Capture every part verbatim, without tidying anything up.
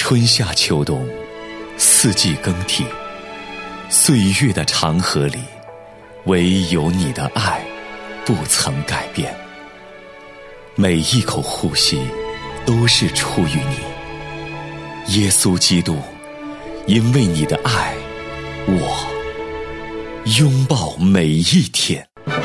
春夏秋冬，四季更替，岁月的长河里，唯有你的爱不曾改变。每一口呼吸都是出于你，耶稣基督，因为你的爱，我拥抱每一天。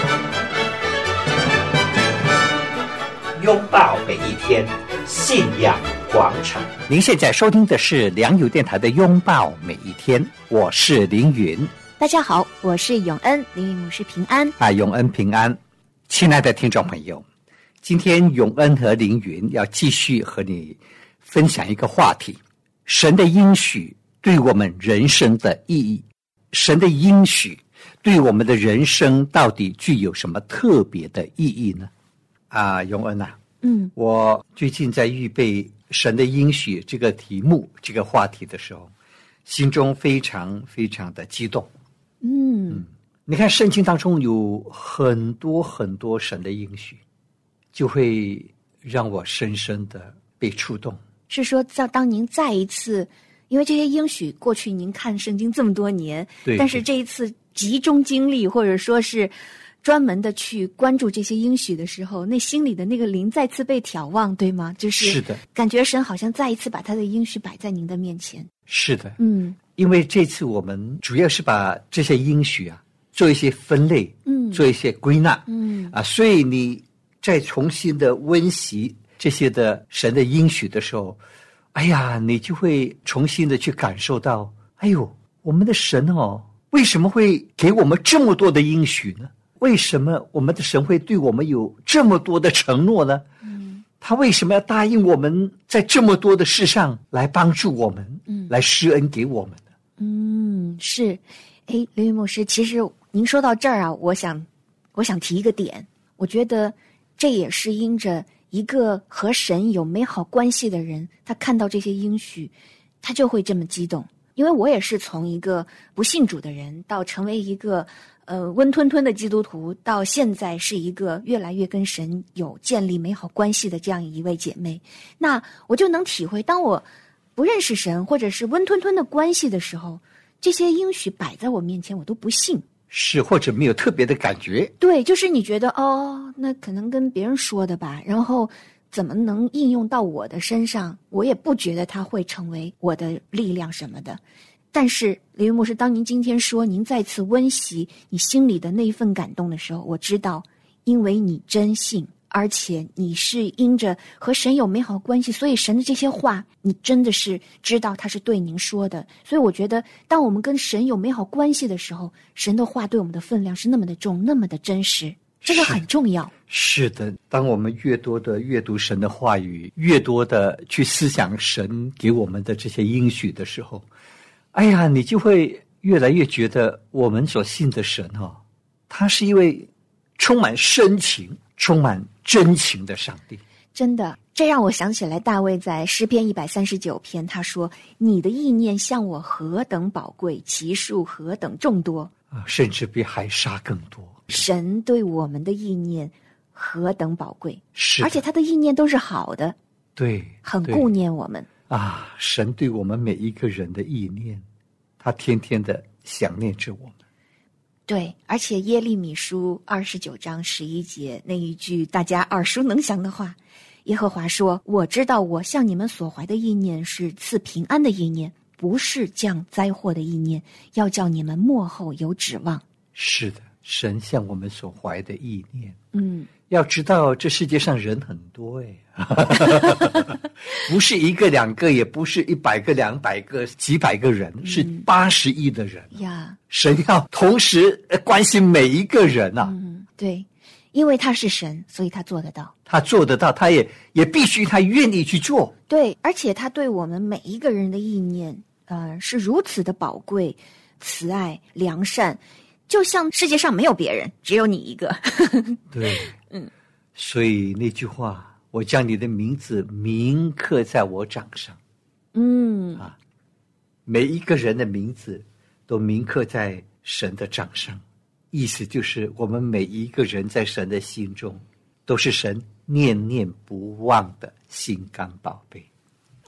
拥抱每一天，信仰广场。您现在收听的是良友电台的拥抱每一天，我是凌云。 大家好，我是永恩，凌云牧师平安啊，永恩平安。亲爱的听众朋友，今天永恩和凌云要继续和你分享一个话题：神的应许对我们人生的意义。神的应许对我们的人生到底具有什么特别的意义呢？啊，永恩啊， 嗯， 我最近在预备神的应许这个题目这个话题的时候，心中非常非常的激动。 嗯嗯，你看圣经当中有很多很多神的应许，就会让我深深的被触动。 是说在当您再一次，因为这些应许过去您看圣经这么多年， 对， 但是这一次集中精力或者说是专门的去关注这些应许的时候，那心里的那个灵再次被挑旺，对吗？就是是的， 感觉神好像再一次把他的应许摆在您的面前。 是的， 嗯， 因为这次我们主要是把这些应许啊做一些分类， 嗯， 做一些归纳， 嗯啊，所以你再重新的温习这些的神的应许的时候，哎呀，你就会重新的去感受到，哎呦，我们的神哦，为什么会给我们这么多的应许呢？为什么我们的神会对我们有这么多的承诺呢？ 嗯， 他为什么要答应我们在这么多的事上来帮助我们， 嗯， 来施恩给我们呢？ 嗯，是。诶，刘云牧师，其实您说到这儿啊，我想我想提一个点，我觉得这也是因着一个和神有美好关系的人，他看到这些应许，他就会这么激动。因为我也是从一个不信主的人到成为一个呃温吞吞的基督徒，到现在是一个越来越跟神有建立美好关系的这样一位姐妹，那我就能体会，当我不认识神或者是温吞吞的关系的时候，这些应许摆在我面前我都不信， 是，或者没有特别的感觉。 对，就是你觉得哦，那可能跟别人说的吧，然后怎么能应用到我的身上，我也不觉得它会成为我的力量什么的。但是刘云牧师，当您今天说您再次温习你心里的那一份感动的时候，我知道因为你真信，而且你是因着和神有美好关系，所以神的这些话你真的是知道他是对您说的。所以我觉得当我们跟神有美好关系的时候，神的话对我们的分量是那么的重，那么的真实，这个很重要。 是的，当我们越多的阅读神的话语，越多的去思想神给我们的这些应许的时候，哎呀，你就会越来越觉得我们所信的神哦，他是一位充满深情、充满真情的上帝。 真的，这让我想起来大卫在诗篇一百三十九篇，他说：“你的意念向我何等宝贵，其数何等众多。” 啊，甚至比海沙更多。 神对我们的意念何等宝贵， 是， 而且他的意念都是好的， 对， 很顾念我们啊。神对我们每一个人的意念，他天天的想念着我们。 对，而且耶利米书二十九章十一节那一句大家耳熟能详的话，耶和华说：“我知道我向你们所怀的意念是赐平安的意念，不是降灾祸的意念，要叫你们末后有指望。” 是的，神向我们所怀的意念， 嗯， 要知道这世界上人很多哎，不是一个两个，也不是一百个两百个几百个人，嗯、是八十亿的人呀。 神要同时关心每一个人啊。 嗯，对，因为他是神，所以他做得到。 他做得到，他也也必须他愿意去做。 对，而且他对我们每一个人的意念，呃，是如此的宝贵、慈爱、良善。就像世界上没有别人，只有你一个。 对， 嗯， 所以那句话，我将你的名字铭刻在我掌上。 嗯啊，每一个人的名字都铭刻在神的掌上，意思就是我们每一个人在神的心中都是神念念不忘的心肝宝贝。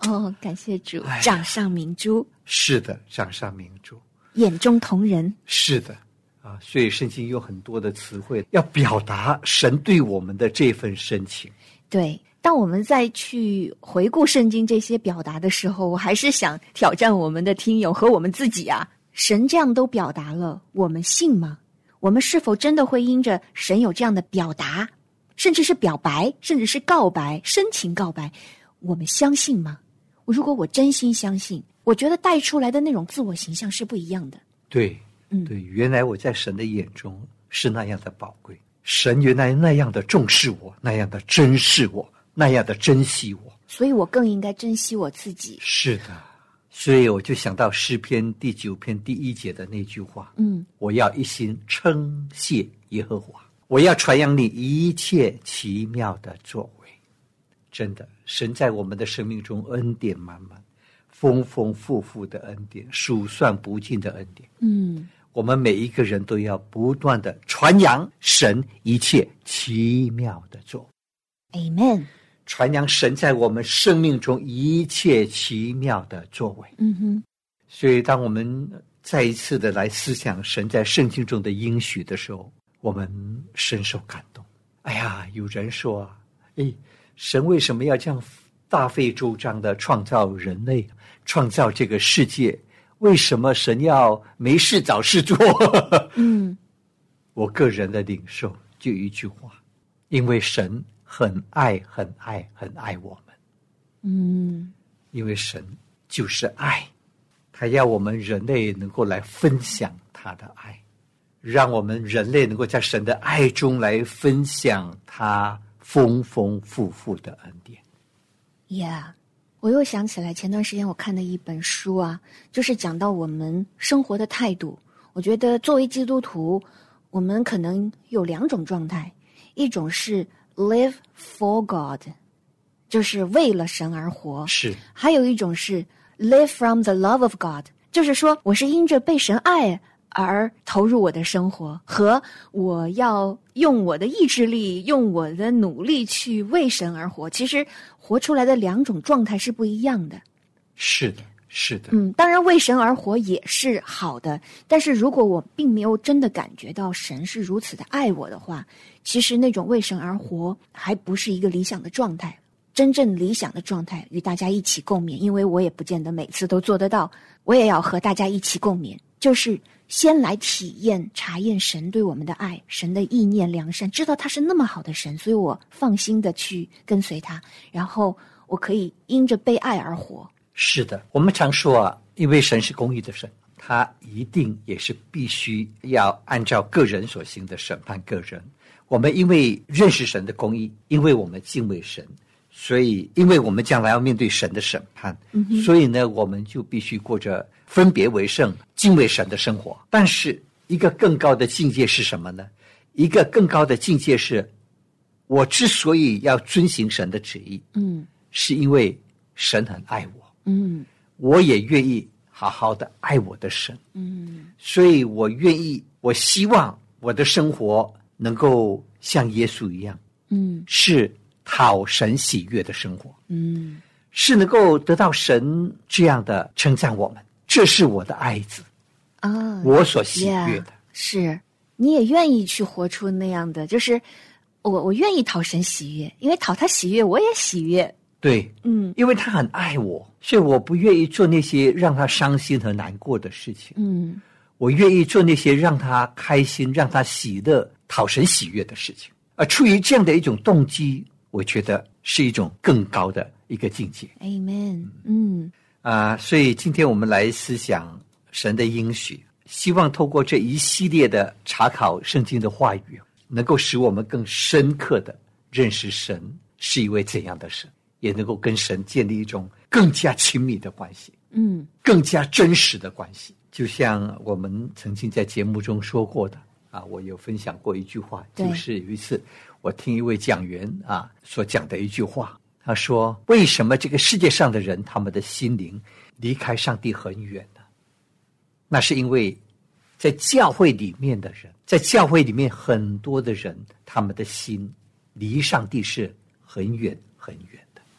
哦，感谢主， 哎呀掌上明珠， 是的，掌上明珠， 眼中同人。 是的啊，所以圣经有很多的词汇要表达神对我们的这份深情。 对，当我们再去回顾圣经这些表达的时候，我还是想挑战我们的听友和我们自己啊，神这样都表达了，我们信吗？我们是否真的会因着神有这样的表达，甚至是表白，甚至是告白，深情告白，我们相信吗？如果我真心相信，我觉得带出来的那种自我形象是不一样的。 对， 嗯， 对，原来我在神的眼中是那样的宝贵，神原来那样的重视我，那样的珍视我，那样的珍惜我， 所以我更应该珍惜我自己。 是的，所以我就想到诗篇第九篇第一节的那句话， 嗯， 我要一心称谢耶和华，我要传扬你一切奇妙的作为。真的，神在我们的生命中恩典满满，丰丰富富的恩典，数算不尽的恩典。 嗯， 我们每一个人都要不断的传扬神一切奇妙的作为。 Amen。 传扬神在我们生命中一切奇妙的作为。 嗯哼， 所以当我们再一次的来思想神在圣经中的应许的时候，我们深受感动。哎呀，有人说啊，诶，神为什么要这样大费周章的创造人类，创造这个世界？为什么神要没事找事做？ 嗯， 我个人的领受就一句话，因为神很爱很爱很爱我们。 嗯， 因为神就是爱，他要我们人类能够来分享他的爱，让我们人类能够在神的爱中来分享他丰丰富富的恩典。 Yeah， 我又想起来前段时间我看的一本书啊，就是讲到我们生活的态度。我觉得作为基督徒，我们可能有两种状态，一种是 live for God， 就是为了神而活， 是， 还有一种是 live from the love of God， 就是说我是因着被神爱而投入我的生活，和我要用我的意志力，用我的努力去为神而活，其实活出来的两种状态是不一样的。 是的，是的。 嗯，当然为神而活也是好的，但是如果我并没有真的感觉到神是如此的爱我的话，其实那种为神而活还不是一个理想的状态。真正理想的状态与大家一起共勉，因为我也不见得每次都做得到，我也要和大家一起共勉，就是先来体验查验神对我们的爱，神的意念良善，知道他是那么好的神，所以我放心的去跟随他，然后我可以因着被爱而活。 是的，我们常说啊，因为神是公义的神，他一定也是必须要按照个人所行的审判个人。我们因为认识神的公义，因为我们敬畏神，所以因为我们将来要面对神的审判，嗯、所以呢，我们就必须过着分别为圣、敬畏神的生活。但是一个更高的境界是什么呢？一个更高的境界是，我之所以要遵行神的旨意， 嗯， 是因为神很爱我， 嗯， 我也愿意好好的爱我的神， 嗯， 所以我愿意，我希望我的生活能够像耶稣一样， 嗯， 是讨神喜悦的生活， 嗯， 是能够得到神这样的称赞我们，这是我的爱子啊， 我所喜悦的。 yeah, 是，你也愿意去活出那样的，就是我我愿意讨神喜悦，因为讨他喜悦，我也喜悦。 对， 嗯， 因为他很爱我，所以我不愿意做那些让他伤心和难过的事情。 嗯， 我愿意做那些让他开心、让他喜乐、讨神喜悦的事情。而出于这样的一种动机，我觉得是一种更高的一个境界。 Amen。 嗯啊、呃，所以今天我们来思想神的应许，希望透过这一系列的查考圣经的话语，能够使我们更深刻的认识神是一位怎样的神，也能够跟神建立一种更加亲密的关系， 嗯， 更加真实的关系。就像我们曾经在节目中说过的啊，我有分享过一句话，就是有一次我听一位讲员啊所讲的一句话，他说，为什么这个世界上的人他们的心灵离开上帝很远呢？那是因为在教会里面的人，在教会里面很多的人，他们的心离上帝是很远很远的。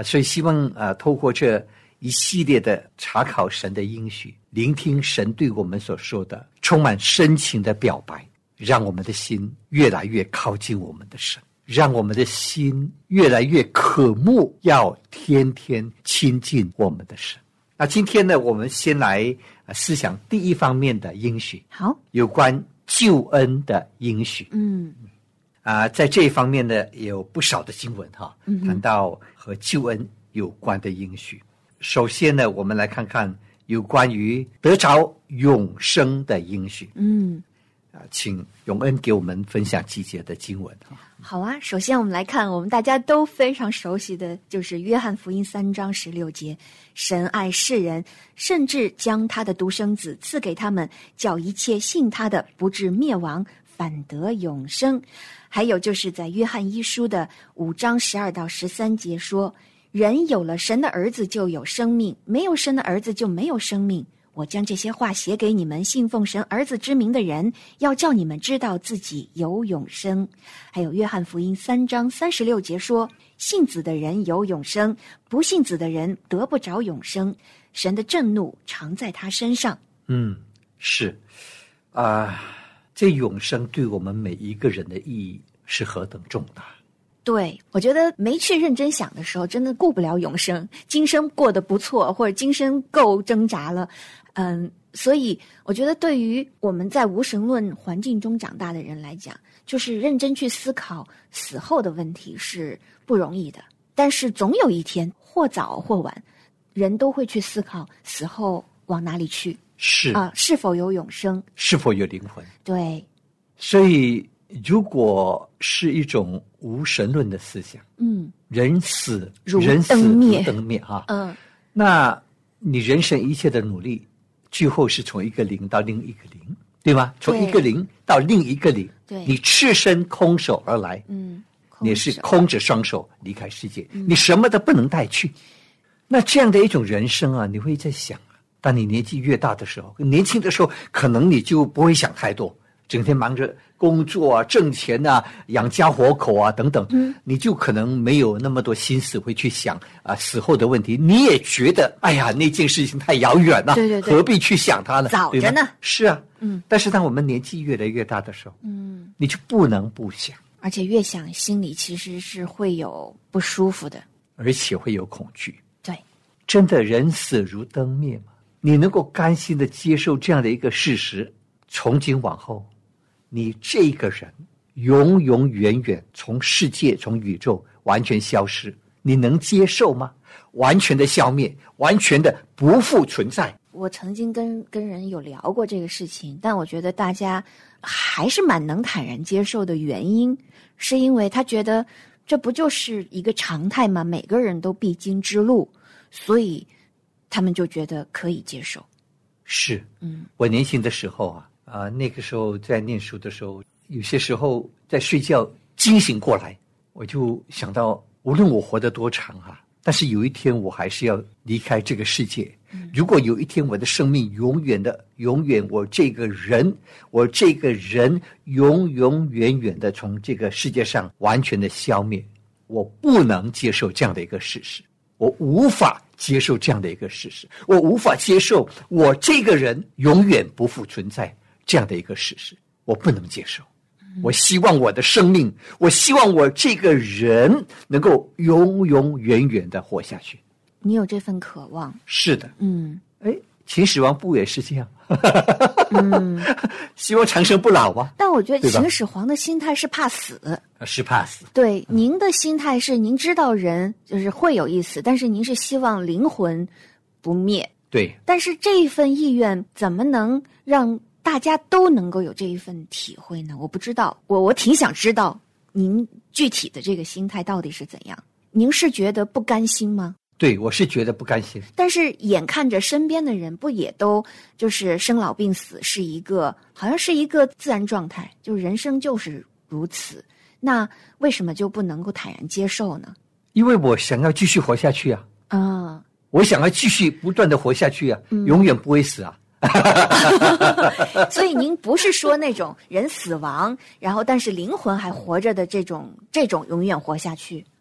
啊，所以希望啊，透过这一系列的查考神的应许，聆听神对我们所说的充满深情的表白，让我们的心越来越靠近我们的神，让我们的心越来越渴慕要天天亲近我们的神。那今天呢，我们先来思想第一方面的应许， 好， 有关救恩的应许。 嗯啊，在这一方面呢，有不少的经文哈， 嗯谈到和救恩有关的应许。首先呢，我们来看看有关于得着永生的应许。 嗯， 啊，请永恩给我们分享几节的经文哈。 好啊，首先我们来看我们大家都非常熟悉的就是约翰福音三章十六节，神爱世人，甚至将他的独生子赐给他们，叫一切信他的不至灭亡，反得永生。还有就是在约翰一书的五章十二到十三节说，人有了神的儿子就有生命，没有神的儿子就没有生命。我将这些话写给你们信奉神儿子之名的人，要叫你们知道自己有永生。还有约翰福音三章三十六节说，信子的人有永生，不信子的人得不着永生，神的震怒常在他身上。 嗯，是啊、呃，这永生对我们每一个人的意义是何等重大。 对，我觉得没去认真想的时候，真的顾不了永生。今生过得不错，或者今生够挣扎了，嗯，所以我觉得对于我们在无神论环境中长大的人来讲，就是认真去思考死后的问题是不容易的。但是总有一天，或早或晚，人都会去思考死后往哪里去， 是啊，是否有永生， 是否有灵魂。 对， 所以如果是一种无神论的思想， 嗯， 人死如人死灯灭如灯灭啊， 嗯， 那你人生一切的努力，最后是从一个零到另一个零，对吗？从一个零到另一个零， 对， 你赤身空手而来， 嗯， 你是空着双手离开世界，嗯，你什么都不能带去。那这样的一种人生啊，你会在想啊，当你年纪越大的时候，年轻的时候可能你就不会想太多，整天忙着工作啊、挣钱啊、养家活口啊等等，嗯，你就可能没有那么多心思会去想啊死后的问题。你也觉得，哎呀，那件事情太遥远了， 对对对， 何必去想它呢？ 早着呢。 是啊， 嗯。 但是当我们年纪越来越大的时候，嗯，你就不能不想， 而且越想，心里其实是会有不舒服的， 而且会有恐惧。 对， 真的人死如灯灭吗？你能够甘心的接受这样的一个事实，从今往后，你这个人永永远远从世界、从宇宙完全消失，你能接受吗？完全的消灭，完全的不复存在。 我曾经跟跟人有聊过这个事情，但我觉得大家还是蛮能坦然接受的原因，是因为他觉得这不就是一个常态吗？每个人都必经之路，所以他们就觉得可以接受。 是， 嗯， 我年轻的时候啊，啊、呃，那个时候在念书的时候，有些时候在睡觉惊醒过来，我就想到，无论我活得多长啊，但是有一天我还是要离开这个世界。嗯，如果有一天我的生命永远的、永远我这个人，我这个人永永远远的从这个世界上完全的消灭，我不能接受这样的一个事实。我无法接受这样的一个事实，我无法接受我这个人永远不复存在这样的一个事实，我不能接受。我希望我的生命，我希望我这个人能够永永远远的活下去。 你有这份渴望？ 是的， 嗯， 哎，秦始皇不也是这样？ 嗯， 希望长生不老啊。 但我觉得秦始皇的心态是怕死， 是怕死。 对，您的心态是您知道人就是会有一死，但是您是希望灵魂不灭。 对， 但是这一份意愿怎么能让大家都能够有这一份体会呢？我不知道，我我挺想知道您具体的这个心态到底是怎样。您是觉得不甘心吗？ 对，我是觉得不甘心。 但是眼看着身边的人不也都就是生老病死是一个好像是一个自然状态，就是人生就是如此，那为什么就不能够坦然接受呢？ 因为我想要继续活下去啊！ 啊， 我想要继续不断的活下去啊，嗯、永远不会死啊！ 所以您不是说那种人死亡，然后但是灵魂还活着的这种这种永远活下去？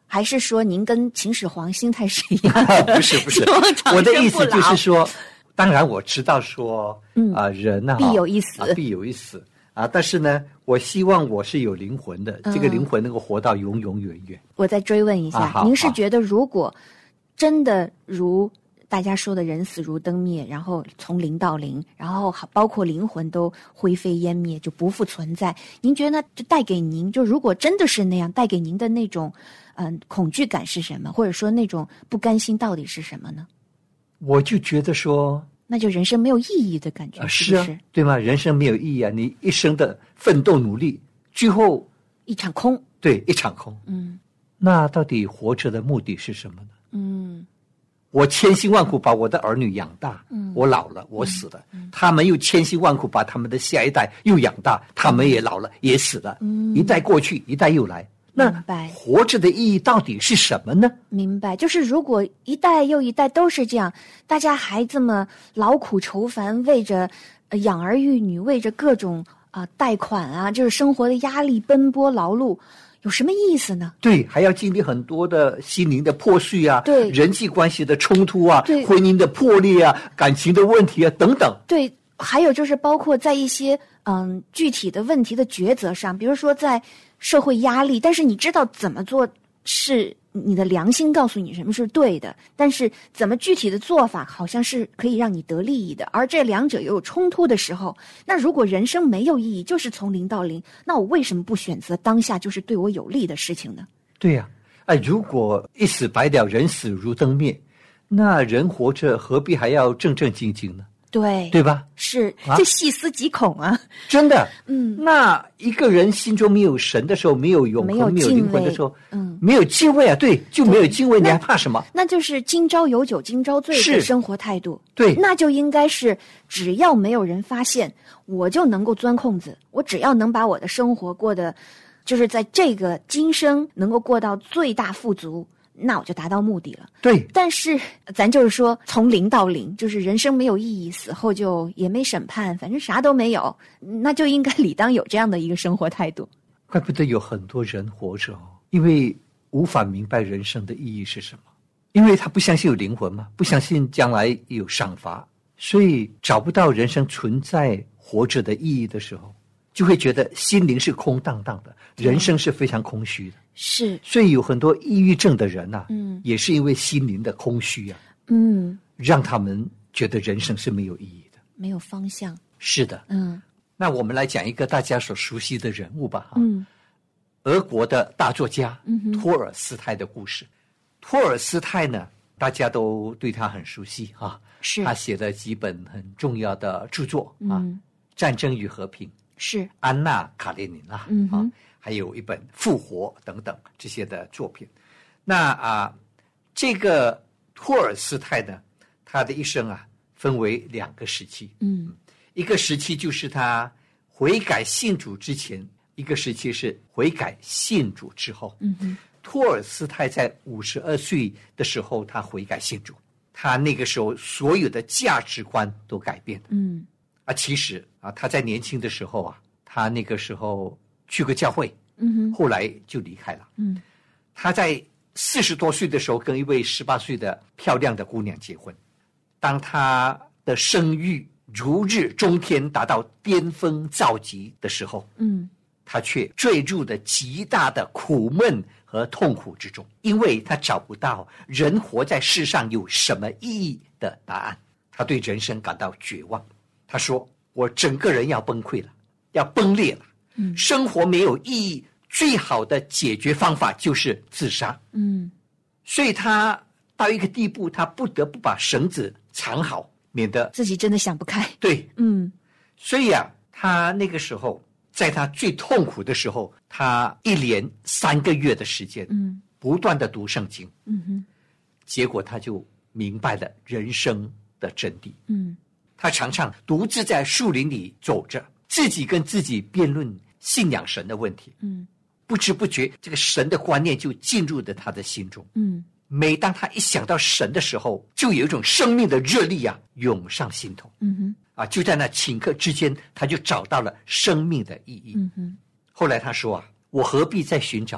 还是说您跟秦始皇心态是一样的？ 不是不是，我的意思就是说，当然我知道说，嗯啊、呃，人呢、啊、 必有一死、 啊，必有一死啊。但是呢，我希望我是有灵魂的，嗯、这个灵魂能够活到永永远远。 我再追问一下， 啊、 您是觉得如果真的如大家说的人死如灯灭，然后从零到零，然后包括灵魂都灰飞烟灭，就不复存在。您觉得呢？就带给您，就如果真的是那样，带给您的那种嗯、呃、恐惧感是什么？或者说那种不甘心到底是什么呢？ 我就觉得说， 那就人生没有意义的感觉， 啊、 是不是？ 是啊，对吗？人生没有意义啊！你一生的奋斗努力，最后一场空。 对，一场空。 嗯， 那到底活着的目的是什么呢？ 嗯。 我千辛万苦把我的儿女养大，嗯，我老了，我死了，嗯，他们又千辛万苦把他们的下一代又养大，他们也老了，也死了，嗯，一代过去，一代又来，那活着的意义到底是什么呢？ 明白，就是如果一代又一代都是这样，大家还这么劳苦愁烦，为着、呃、养儿育女，为着各种啊、呃、贷款啊，就是生活的压力奔波劳碌。有什么意思呢？ 对，还要经历很多的心灵的破碎啊， 对， 人际关系的冲突啊， 对， 婚姻的破裂啊，感情的问题啊，等等。 对，还有就是包括在一些嗯具体的问题的抉择上，比如说在社会压力，但是你知道怎么做是你的良心告诉你什么是对的，但是怎么具体的做法好像是可以让你得利益的，而这两者又有冲突的时候，那如果人生没有意义，就是从零到零，那我为什么不选择当下就是对我有利的事情呢？ 对呀、啊，哎，如果一死百了，人死如灯灭，那人活着何必还要正正经经呢？ 对， 对吧？ 是，这细思极恐啊！ 真的， 嗯， 那一个人心中没有神的时候，没有永恒，没有灵魂的时候， 嗯， 没有敬畏啊，对，就没有敬畏，你还怕什么？ 那就是今朝有酒今朝醉的生活态度。 对， 那就应该是只要没有人发现，我就能够钻空子，我只要能把我的生活过得，就是在这个今生能够过到最大富足。那我就达到目的了。 对， 但是咱就是说，从零到零，就是人生没有意义，死后就也没审判，反正啥都没有，那就应该理当有这样的一个生活态度。 怪不得有很多人活着哦，因为无法明白人生的意义是什么，因为他不相信有灵魂嘛，不相信将来有赏罚，所以找不到人生存在活着的意义的时候，就会觉得心灵是空荡荡的，人生是非常空虚的。 是， 所以有很多抑郁症的人啊， 嗯， 也是因为心灵的空虚啊， 嗯， 让他们觉得人生是没有意义的， 没有方向。 是的， 嗯， 那我们来讲一个大家所熟悉的人物吧， 嗯， 俄国的大作家、 嗯、 托尔斯泰的故事。托尔斯泰呢，大家都对他很熟悉啊， 是他写了几本很重要的著作啊， 嗯， 《战争与和平》 是安娜·卡列尼娜， 嗯哼啊，还有一本《复活》等等这些的作品。那啊，这个托尔斯泰呢，他的一生啊，分为两个时期。 嗯， 一个时期就是他悔改信主之前，一个时期是悔改信主之后。 嗯哼， 托尔斯泰在五十二岁的时候，他悔改信主，他那个时候所有的价值观都改变了。 嗯， 啊，其实啊，他在年轻的时候啊，他那个时候去过教会， 嗯哼， 后来就离开了。 嗯， 他在四十多岁的时候跟一位十八岁的漂亮的姑娘结婚，当他的声誉如日中天，达到巅峰造极的时候， 嗯， 他却坠入了极大的苦闷和痛苦之中，因为他找不到人活在世上有什么意义的答案，他对人生感到绝望。他说：“我整个人要崩溃了，要崩裂了。 嗯， 生活没有意义，最好的解决方法就是自杀。” 嗯， 所以他到一个地步，他不得不把绳子藏好，免得自己真的想不开。 对， 嗯， 所以啊，他那个时候在他最痛苦的时候，他一连三个月的时间， 嗯， 不断的读圣经， 嗯哼， 结果他就明白了人生的真谛。 嗯， 他常常独自在树林里走着，自己跟自己辩论信仰神的问题。 嗯， 不知不觉，这个神的观念就进入了他的心中。 嗯， 每当他一想到神的时候，就有一种生命的热力啊涌上心头。 嗯哼， 啊，就在那顷刻之间，他就找到了生命的意义。 嗯哼， 后来他说啊，我何必再寻找呢？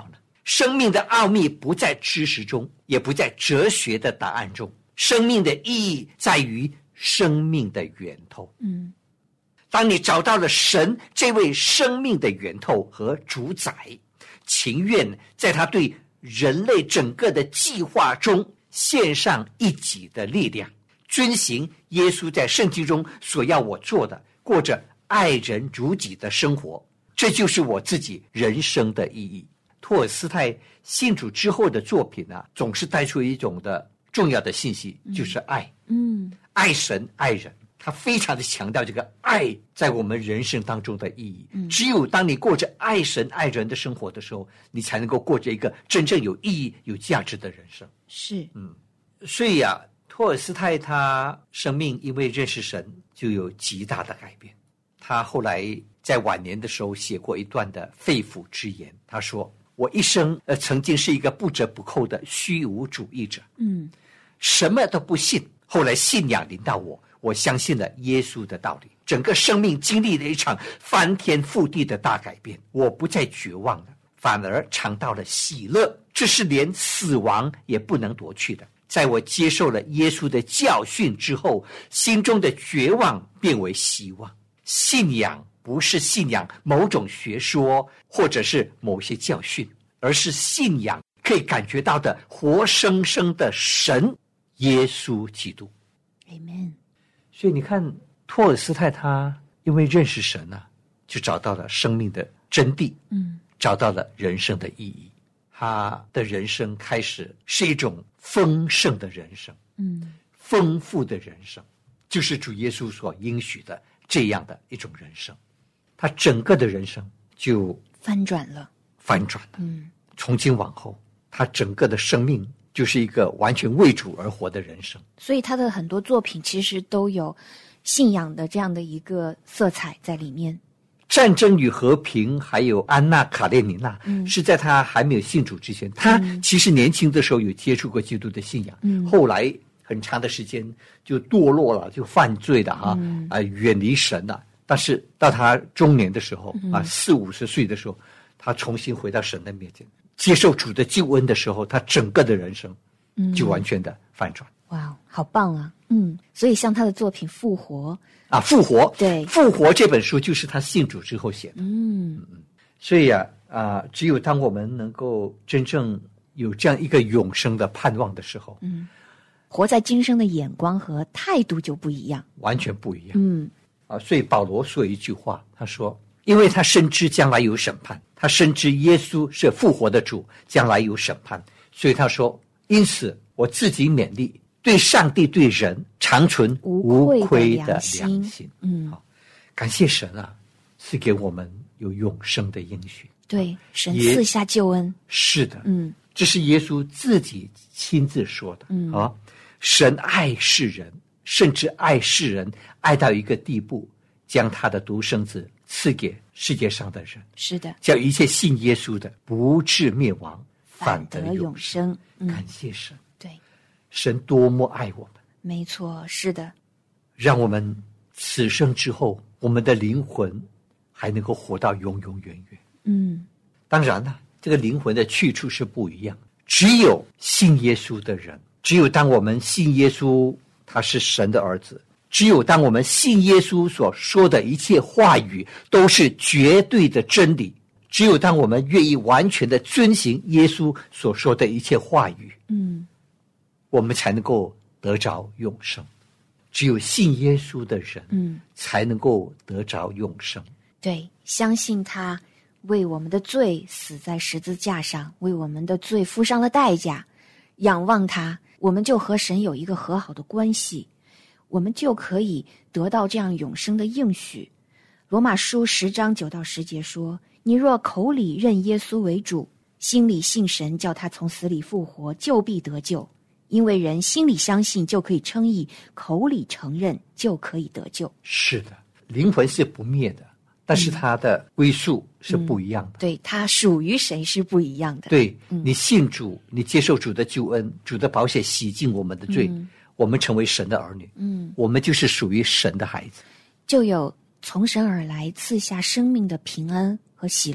生命的奥秘不在知识中，也不在哲学的答案中，生命的意义在于生命的源头。 嗯， 当你找到了神这位生命的源头和主宰，情愿在他对人类整个的计划中献上一己的力量，遵行耶稣在圣经中所要我做的，过着爱人如己的生活，这就是我自己人生的意义。托尔斯泰信主之后的作品啊，总是带出一种的重要的信息，就是爱。 嗯， 爱神爱人，他非常的强调这个爱在我们人生当中的意义。 嗯， 只有当你过着爱神爱人的生活的时候，你才能够过着一个真正有意义有价值的人生。 是， 嗯，所以啊，托尔斯泰他生命因为认识神就有极大的改变。他后来在晚年的时候写过一段的肺腑之言，他说，我一生呃曾经是一个不折不扣的虚无主义者， 嗯， 什么都不信，后来信仰临到我，我相信了耶稣的道理，整个生命经历了一场翻天覆地的大改变，我不再绝望了，反而尝到了喜乐，这是连死亡也不能夺去的。在我接受了耶稣的教训之后，心中的绝望变为希望。信仰不是信仰某种学说或者是某些教训，而是信仰可以感觉到的活生生的神耶稣基督。 Amen。 所以你看，托尔斯泰他因为认识神啊，就找到了生命的真谛， 嗯， 找到了人生的意义，他的人生开始是一种丰盛的人生， 嗯， 丰富的人生，就是主耶稣所应许的这样的一种人生。他整个的人生就翻转了， 翻转了。 嗯， 从今往后，他整个的生命就是一个完全为主而活的人生。 所以他的很多作品其实都有信仰的这样的一个色彩在里面。 战争与和平还有安娜卡列尼娜、 嗯、 是在他还没有信主之前，他其实年轻的时候有接触过基督的信仰、嗯、后来很长的时间就堕落了，就犯罪了哈、嗯、啊，远离神了。但是到他中年的时候、嗯、啊，四五十岁的时候，他重新回到神的面前，接受主的救恩的时候，他整个的人生就完全的翻转。 嗯、哇，好棒啊！嗯，所以像他的作品《复活》 啊，《复活》 对，《 复活》这本书就是他信主之后写的。 嗯嗯，所以啊啊，只有当我们能够真正有这样一个永生的盼望的时候， 嗯，活在今生的眼光和态度就不一样， 完全不一样。 嗯。 啊，所以保罗说一句话，他说，因为他深知将来有审判，他深知耶稣是复活的主，将来有审判，所以他说，因此我自己勉励，对上帝对人常存无愧的良心。 嗯， 好，感谢神啊，赐给我们有永生的应许。 对，神赐下救恩。 是的， 嗯， 这是耶稣自己亲自说的。 嗯啊，神爱世人，甚至爱世人爱到一个地步，将他的独生子赐给世界上的人。 是的， 叫一切信耶稣的不至灭亡，反得永永生。嗯、 感谢神， 对， 神多么爱我们。 没错，是的， 让我们此生之后，我们的灵魂还能够活到永永远远。 嗯， 当然了，这个灵魂的去处是不一样的。只有信耶稣的人，只有当我们信耶稣他是神的儿子，只有当我们信耶稣所说的一切话语都是绝对的真理，只有当我们愿意完全的遵行耶稣所说的一切话语， 嗯， 我们才能够得着永生。只有信耶稣的人， 嗯， 才能够得着永生。 对，相信他为我们的罪死在十字架上，为我们的罪付上了代价，仰望他，我们就和神有一个和好的关系，我们就可以得到这样永生的应许。罗马书十章九到十节说，你若口里认耶稣为主，心里信神叫他从死里复活，就必得救。因为人心里相信就可以称义，口里承认就可以得救。 是的，灵魂是不灭的，但是它的归宿是不一样的。 嗯、对，它属于谁是不一样的。 对、 嗯、 你信主，你接受主的救恩，主的宝血洗净我们的罪、嗯、我们成为神的儿女， 嗯， 我们就是属于神的孩子， 就有从神而来赐下生命的平安和喜乐。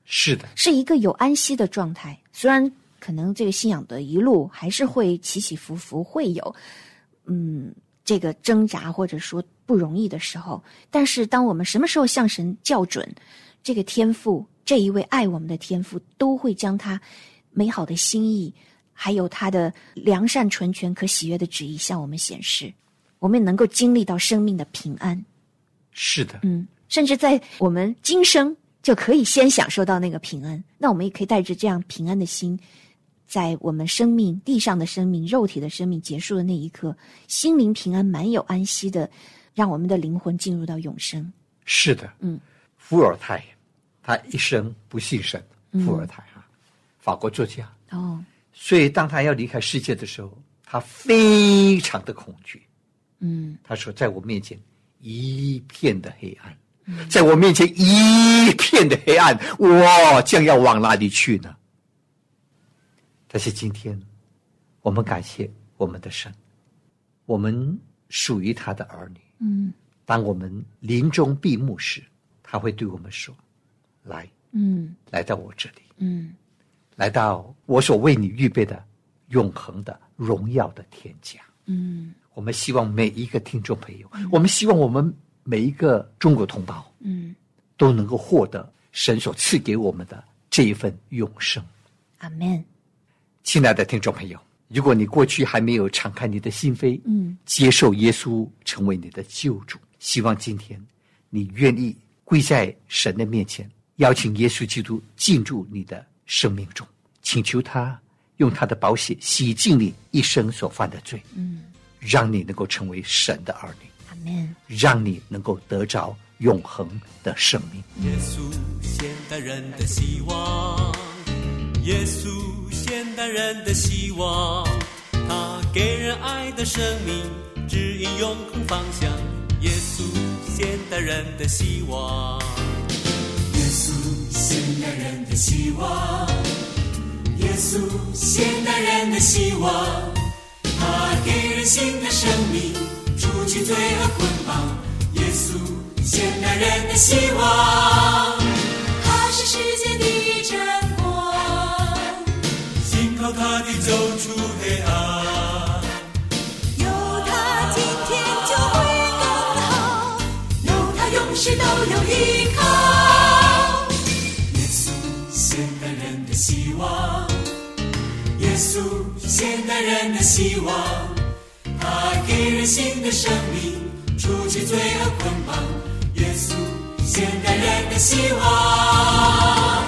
是的， 是一个有安息的状态。虽然可能这个信仰的一路还是会起起伏伏，会有嗯这个挣扎或者说不容易的时候，但是当我们什么时候向神校准，这个天父，这一位爱我们的天父，都会将他美好的心意还有他的良善纯全可喜悦的旨意向我们显示，我们能够经历到生命的平安。 是的， 嗯，甚至在我们今生就可以先享受到那个平安。那我们也可以带着这样平安的心，在我们生命地上的生命肉体的生命结束的那一刻，心灵平安满有安息的让我们的灵魂进入到永生。 是的， 嗯， 伏尔泰他一生不信神，伏尔泰哈、啊，法国作家哦， 所以当他要离开世界的时候，他非常的恐惧。 嗯， 他说在我面前一片的黑暗、嗯、在我面前一片的黑暗，我将要往哪里去呢？但是今天我们感谢我们的神，我们属于他的儿女。 嗯， 当我们临终闭幕时，他会对我们说，来， 嗯， 来到我这里， 嗯， 来到我所为你预备的永恒的荣耀的天家。 嗯， 我们希望每一个听众朋友、嗯、我们希望我们每一个中国同胞嗯， 都能够获得神所赐给我们的这一份永生。 阿们。 亲爱的听众朋友，如果你过去还没有敞开你的心扉， 嗯， 接受耶稣成为你的救主，希望今天你愿意跪在神的面前，邀请耶稣基督进入你的生命中，请求他用他的宝血洗净你一生所犯的罪， 嗯， 让你能够成为神的儿女， 阿们， 让你能够得着永恒的生命。 耶稣现代人的希望，耶稣现代人的希望，他给人爱的生命，指引永恒方向。耶稣现代人的希望，耶稣现代人的希望，耶稣现代人的希望，他给人新的生命，除去罪恶捆绑。耶稣现代人的希望，他是世界的真光，信靠他的走出黑暗， 有他今天就会更好，有他永世都有依靠。 耶稣现代人的希望，耶稣现代人的希望，他给人新的生命，除去罪恶捆绑。耶稣现代人的希望。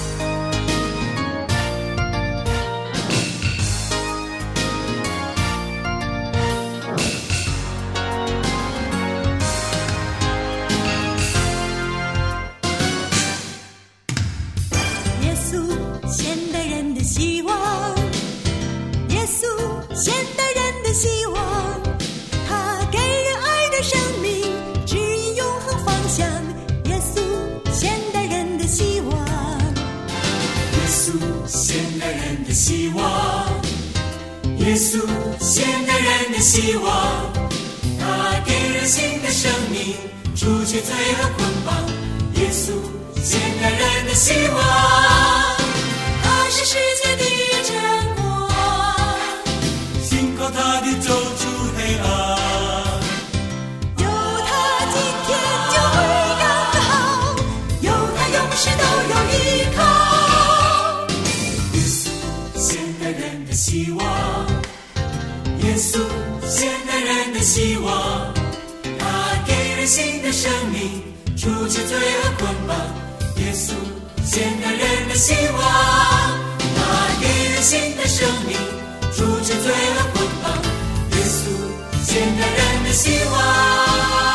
耶稣现代人的希望，耶稣现代人的希望，他给人爱的生命，指引永恒方向。耶稣现代人的希望， 耶稣现代人的希望，耶稣现代人的希望，他给人新的生命，除去罪恶捆绑。耶稣现代人的希望， 他是世界的真光， 信靠他的走出黑暗， 有他今天就会更好，有他永世都有依靠。 耶稣现代人的希望，耶稣现代人的希望，他给人新的生命，除去罪恶捆绑。耶稣现代人的希望，他给人新的生命，除去罪恶捆绑。耶稣现代人的希望。